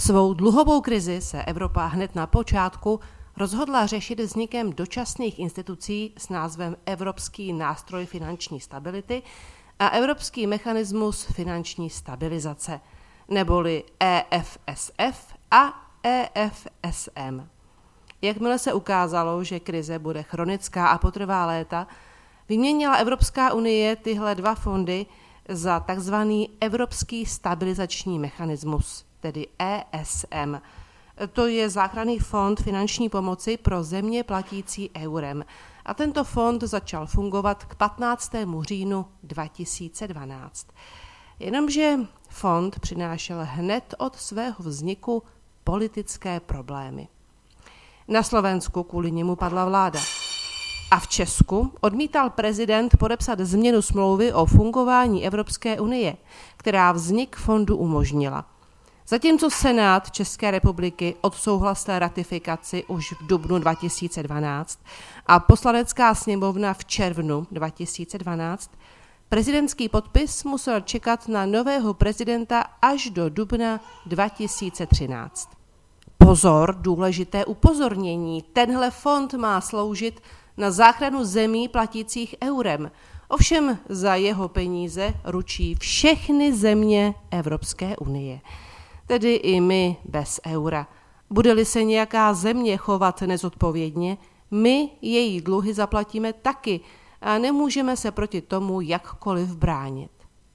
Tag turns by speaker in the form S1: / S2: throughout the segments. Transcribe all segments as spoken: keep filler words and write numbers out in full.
S1: Svou dluhovou krizi se Evropa hned na počátku rozhodla řešit vznikem dočasných institucí s názvem Evropský nástroj finanční stability a Evropský mechanismus finanční stabilizace, neboli E F S F a E F S M. Jakmile se ukázalo, že krize bude chronická a potrvá léta, vyměnila Evropská unie tyhle dva fondy za takzvaný Evropský stabilizační mechanismus, tedy E S M. To je záchranný fond finanční pomoci pro země platící eurem. A tento fond začal fungovat k patnáctému říjnu dva tisíce dvanáct. Jenomže fond přinášel hned od svého vzniku politické problémy. Na Slovensku kvůli němu padla vláda. A v Česku odmítal prezident podepsat změnu smlouvy o fungování Evropské unie, která vznik fondu umožnila. Zatímco Senát České republiky odsouhlasil ratifikaci už v dubnu dva tisíce dvanáct a Poslanecká sněmovna v červnu dva tisíce dvanáct, prezidentský podpis musel čekat na nového prezidenta až do dubna dva tisíce třináct. Pozor, důležité upozornění, tenhle fond má sloužit na záchranu zemí platících eurem. Ovšem za jeho peníze ručí všechny země Evropské unie. Tedy i my bez eura. Bude-li se nějaká země chovat nezodpovědně, my její dluhy zaplatíme taky a nemůžeme se proti tomu jakkoliv bránit.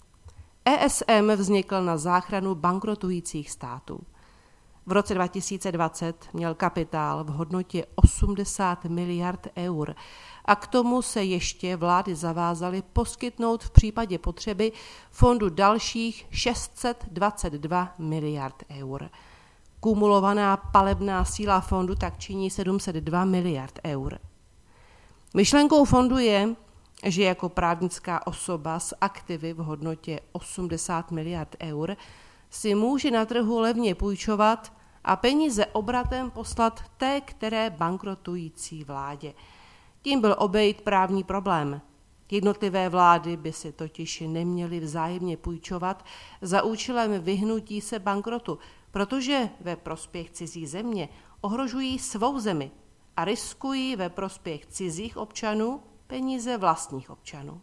S1: E S M vznikl na záchranu bankrotujících států. V roce dva tisíce dvacet měl kapitál v hodnotě osmdesát miliard eur a k tomu se ještě vlády zavázaly poskytnout v případě potřeby fondu dalších šest set dvacet dva miliard eur. Kumulovaná palebná síla fondu tak činí sedm set dva miliard eur. Myšlenkou fondu je, že jako právnická osoba s aktivy v hodnotě osmdesát miliard eur si může na trhu levně půjčovat a peníze obratem poslat té, které bankrotující vládě. Tím byl obejit právní problém. Jednotlivé vlády by si totiž neměly vzájemně půjčovat za účelem vyhnutí se bankrotu, protože ve prospěch cizí země ohrožují svou zemi a riskují ve prospěch cizích občanů peníze vlastních občanů.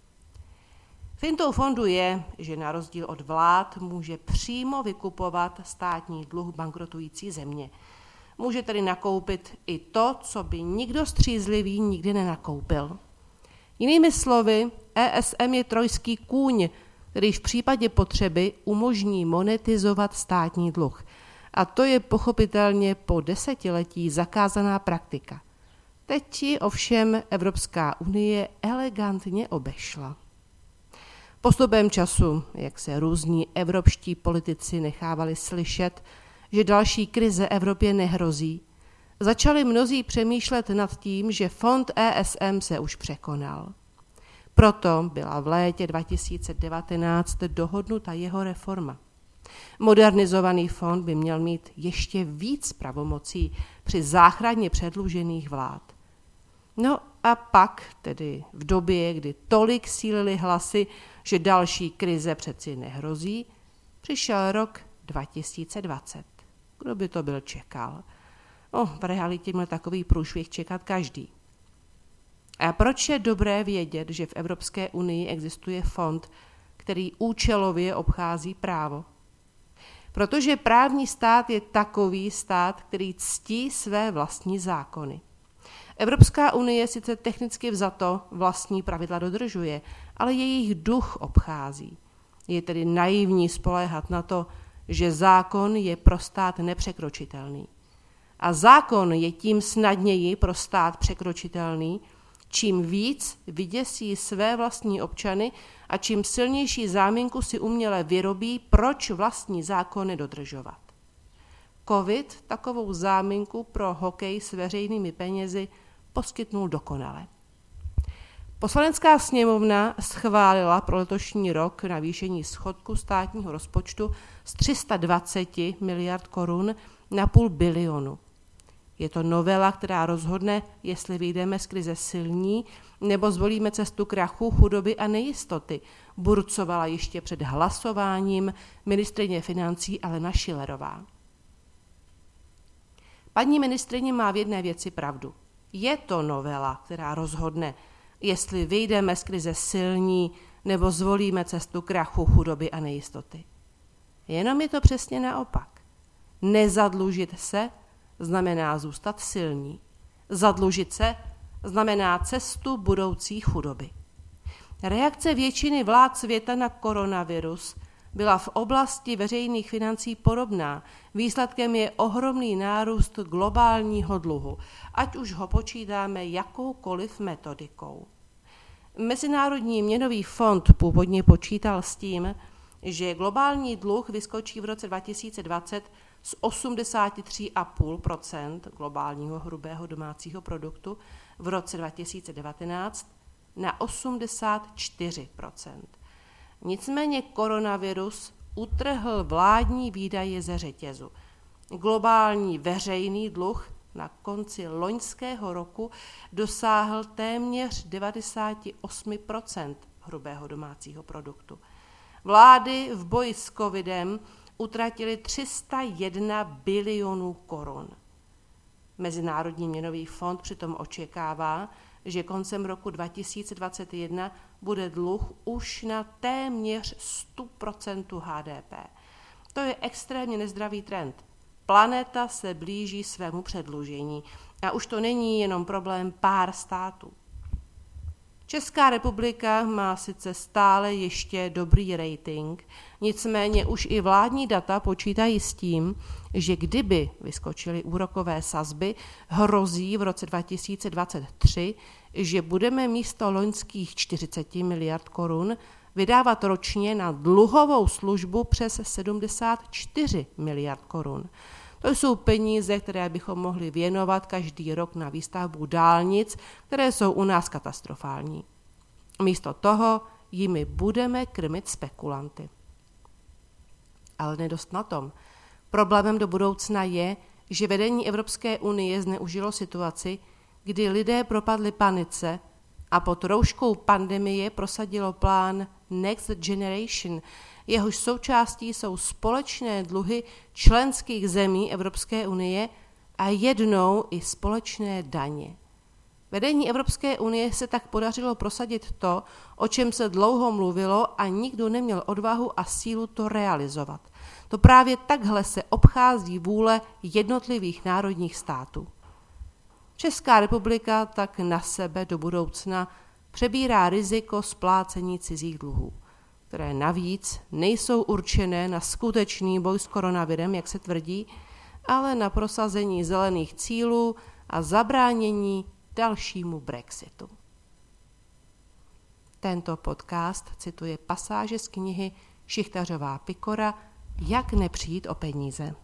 S1: Fintou fondu je, že na rozdíl od vlád může přímo vykupovat státní dluh bankrotující země. Může tedy nakoupit i to, co by nikdo střízlivý nikdy nenakoupil. Jinými slovy, E S M je trojský kůň, který v případě potřeby umožní monetizovat státní dluh. A to je pochopitelně po desetiletí zakázaná praktika. Teď ji ovšem Evropská unie elegantně obešla. Postupem času, jak se různí evropští politici nechávali slyšet, že další krize Evropě nehrozí, začali mnozí přemýšlet nad tím, že fond E S M se už překonal. Proto byla v létě dva tisíce devatenáct dohodnuta jeho reforma. Modernizovaný fond by měl mít ještě víc pravomocí při záchraně předlužených vlád. No a pak, tedy v době, kdy tolik sílily hlasy, že další krize přeci nehrozí, přišel rok dva tisíce dvacet. Kdo by to byl čekal? No, v realitě měl takový průšvih čekat každý. A proč je dobré vědět, že v Evropské unii existuje fond, který účelově obchází právo? Protože právní stát je takový stát, který ctí své vlastní zákony. Evropská unie sice technicky vzato vlastní pravidla dodržuje, ale jejich duch obchází. Je tedy naivní spoléhat na to, že zákon je pro stát nepřekročitelný. A zákon je tím snadněji pro stát překročitelný, čím víc vyděsí své vlastní občany a čím silnější záminku si uměle vyrobí, proč vlastní zákony dodržovat. Covid takovou záminku pro hokej s veřejnými penězi poskytnul dokonale. Poslanecká sněmovna schválila pro letošní rok navýšení schodku státního rozpočtu z tři sta dvacet miliard korun na půl bilionu. Je to novela, která rozhodne, jestli vyjdeme z krize silní, nebo zvolíme cestu krachu, chudoby a nejistoty, burcovala ještě před hlasováním ministryně financí Alena Schillerová. Paní ministryně má v jedné věci pravdu. Je to novela, která rozhodne, jestli vyjdeme z krize silní nebo zvolíme cestu krachu, chudoby a nejistoty. Jenom je to přesně naopak. Nezadlužit se znamená zůstat silní. Zadlužit se znamená cestu budoucí chudoby. Reakce většiny vlád světa na koronavirus byla v oblasti veřejných financí podobná. Výsledkem je ohromný nárůst globálního dluhu, ať už ho počítáme jakoukoliv metodikou. Mezinárodní měnový fond původně počítal s tím, že globální dluh vyskočí v roce dva tisíce dvacet z osmdesát tři celá pět procenta globálního hrubého domácího produktu v roce dva tisíce devatenáct na osmdesát čtyři procent. Nicméně koronavirus utrhl vládní výdaje ze řetězu. Globální veřejný dluh na konci loňského roku dosáhl téměř devadesát osm procent hrubého domácího produktu. Vlády v boji s covidem utratily tři sta jedna bilionů korun. Mezinárodní měnový fond přitom očekává, že koncem roku dva tisíce dvacet jedna bude dluh už na téměř sto procent H D P. To je extrémně nezdravý trend. Planeta se blíží svému předlužení a už to není jenom problém pár států. Česká republika má sice stále ještě dobrý rating, nicméně už i vládní data počítají s tím, že kdyby vyskočily úrokové sazby, hrozí v roce dva tisíce dvacet tři, že budeme místo loňských čtyřicet miliard korun vydávat ročně na dluhovou službu přes sedmdesát čtyři miliard korun. To jsou peníze, které bychom mohli věnovat každý rok na výstavbu dálnic, které jsou u nás katastrofální. Místo toho jimi budeme krmit spekulanty. Ale nedost na tom. Problémem do budoucna je, že vedení Evropské unie zneužilo situaci, kdy lidé propadli panice a pod rouškou pandemie prosadilo plán Next Generation, jehož součástí jsou společné dluhy členských zemí Evropské unie a jednou i společné daně. Vedení Evropské unie se tak podařilo prosadit to, o čem se dlouho mluvilo a nikdo neměl odvahu a sílu to realizovat. To právě takhle se obchází vůle jednotlivých národních států. Česká republika tak na sebe do budoucna přebírá riziko splácení cizích dluhů, které navíc nejsou určené na skutečný boj s koronavirem, jak se tvrdí, ale na prosazení zelených cílů a zabránění dalšímu Brexitu. Tento podcast cituje pasáže z knihy Šichtařová Pikora Jak nepřijít o peníze.